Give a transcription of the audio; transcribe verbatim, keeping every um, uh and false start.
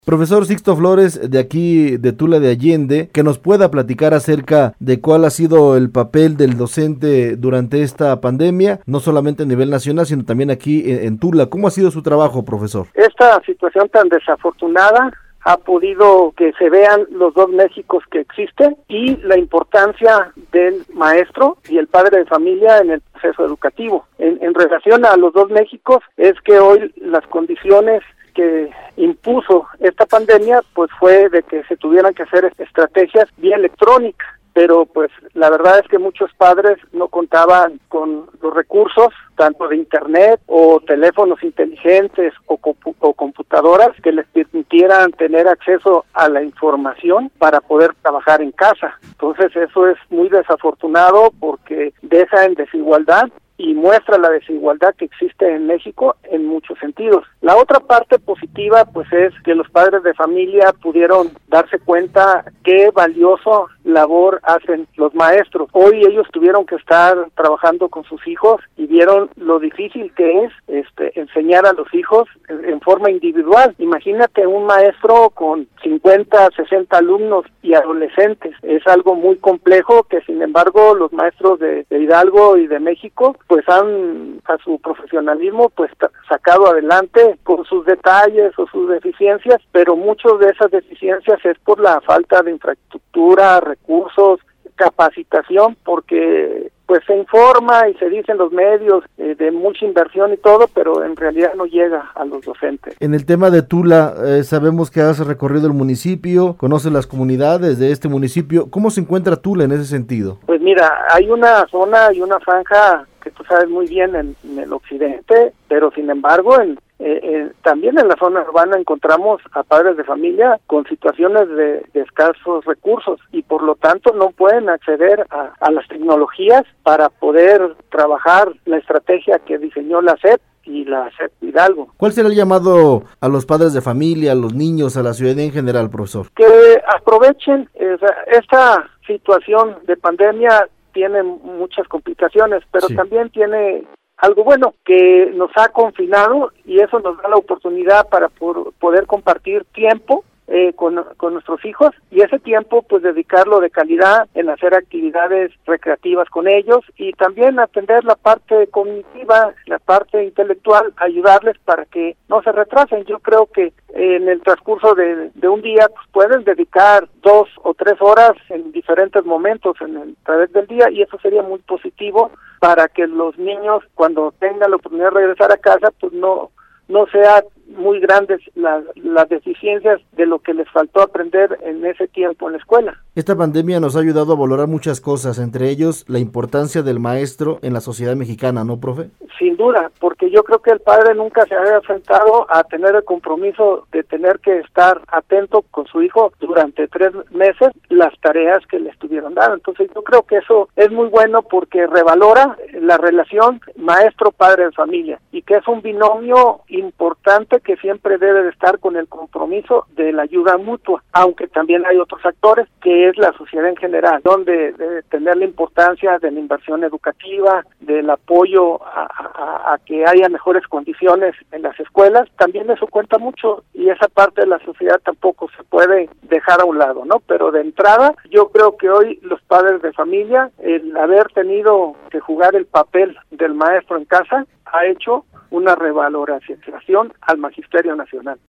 Profesor Sixto Flores, de aquí de Tula de Allende, que nos pueda platicar acerca de cuál ha sido el papel del docente durante esta pandemia, no solamente a nivel nacional, sino también aquí en, en Tula. ¿Cómo ha sido su trabajo, profesor? Esta situación tan desafortunada ha podido que se vean los dos Méxicos que existen y la importancia del maestro y el padre de familia en el proceso educativo. En, en relación a los dos Méxicos, es que hoy las condiciones que impuso esta pandemia, pues fue de que se tuvieran que hacer estrategias vía electrónica, pero pues la verdad es que muchos padres no contaban con los recursos, tanto de internet o teléfonos inteligentes o, compu- o computadoras que les permitieran tener acceso a la información para poder trabajar en casa. Entonces eso es muy desafortunado porque deja en desigualdad y muestra la desigualdad que existe en México en muchos sentidos. La otra parte positiva, pues, es que los padres de familia pudieron darse cuenta qué valioso labor hacen los maestros. Hoy ellos tuvieron que estar trabajando con sus hijos y vieron lo difícil que es este enseñar a los hijos en, en forma individual. Imagínate un maestro con cincuenta, sesenta alumnos y adolescentes. Es algo muy complejo que, sin embargo, los maestros de, de Hidalgo y de México pues han a su profesionalismo pues t- sacado adelante con sus detalles o sus deficiencias, pero muchas de esas deficiencias es por la falta de infraestructura, recursos, capacitación, porque pues se informa y se dice en los medios eh, de mucha inversión y todo, pero en realidad no llega a los docentes. En el tema de Tula, eh, sabemos que has recorrido el municipio, conoces las comunidades de este municipio. ¿Cómo se encuentra Tula en ese sentido? Pues mira, hay una zona y una franja que tú sabes muy bien en, en el occidente, pero sin embargo en Eh, eh, también en la zona urbana encontramos a padres de familia con situaciones de, de escasos recursos y por lo tanto no pueden acceder a, a las tecnologías para poder trabajar la estrategia que diseñó la S E P y la S E P Hidalgo. ¿Cuál será el llamado a los padres de familia, a los niños, a la ciudadanía en general, profesor? Que aprovechen eh, esta situación de pandemia. Tiene muchas complicaciones, pero sí, también tiene algo bueno, que nos ha confinado y eso nos da la oportunidad para por, poder compartir tiempo eh, con, con nuestros hijos y ese tiempo pues dedicarlo de calidad en hacer actividades recreativas con ellos y también atender la parte cognitiva, la parte intelectual, ayudarles para que no se retrasen. Yo creo que en el transcurso de, de un día pues pueden dedicar dos o tres horas en diferentes momentos en el a través del día y eso sería muy positivo para que los niños cuando tengan la oportunidad de regresar a casa pues no no sean muy grandes las, las deficiencias de lo que les faltó aprender en ese tiempo en la escuela. Esta pandemia nos ha ayudado a valorar muchas cosas, entre ellos la importancia del maestro en la sociedad mexicana, ¿no, profe? Sin duda, porque yo creo que el padre nunca se había enfrentado a tener el compromiso de tener que estar atento con su hijo durante tres meses las tareas que le estuvieron dando. Entonces yo creo que eso es muy bueno porque revalora la relación maestro-padre de familia y que es un binomio importante que siempre debe de estar con el compromiso de la ayuda mutua, aunque también hay otros actores que es la sociedad en general, donde debe tener la importancia de la inversión educativa, del apoyo a, a, a que haya mejores condiciones en las escuelas, también eso cuenta mucho y esa parte de la sociedad tampoco se puede dejar a un lado, ¿no? Pero de entrada, yo creo que hoy los padres de familia, el haber tenido que jugar el papel del maestro en casa, ha hecho una revaloración al Magisterio Nacional.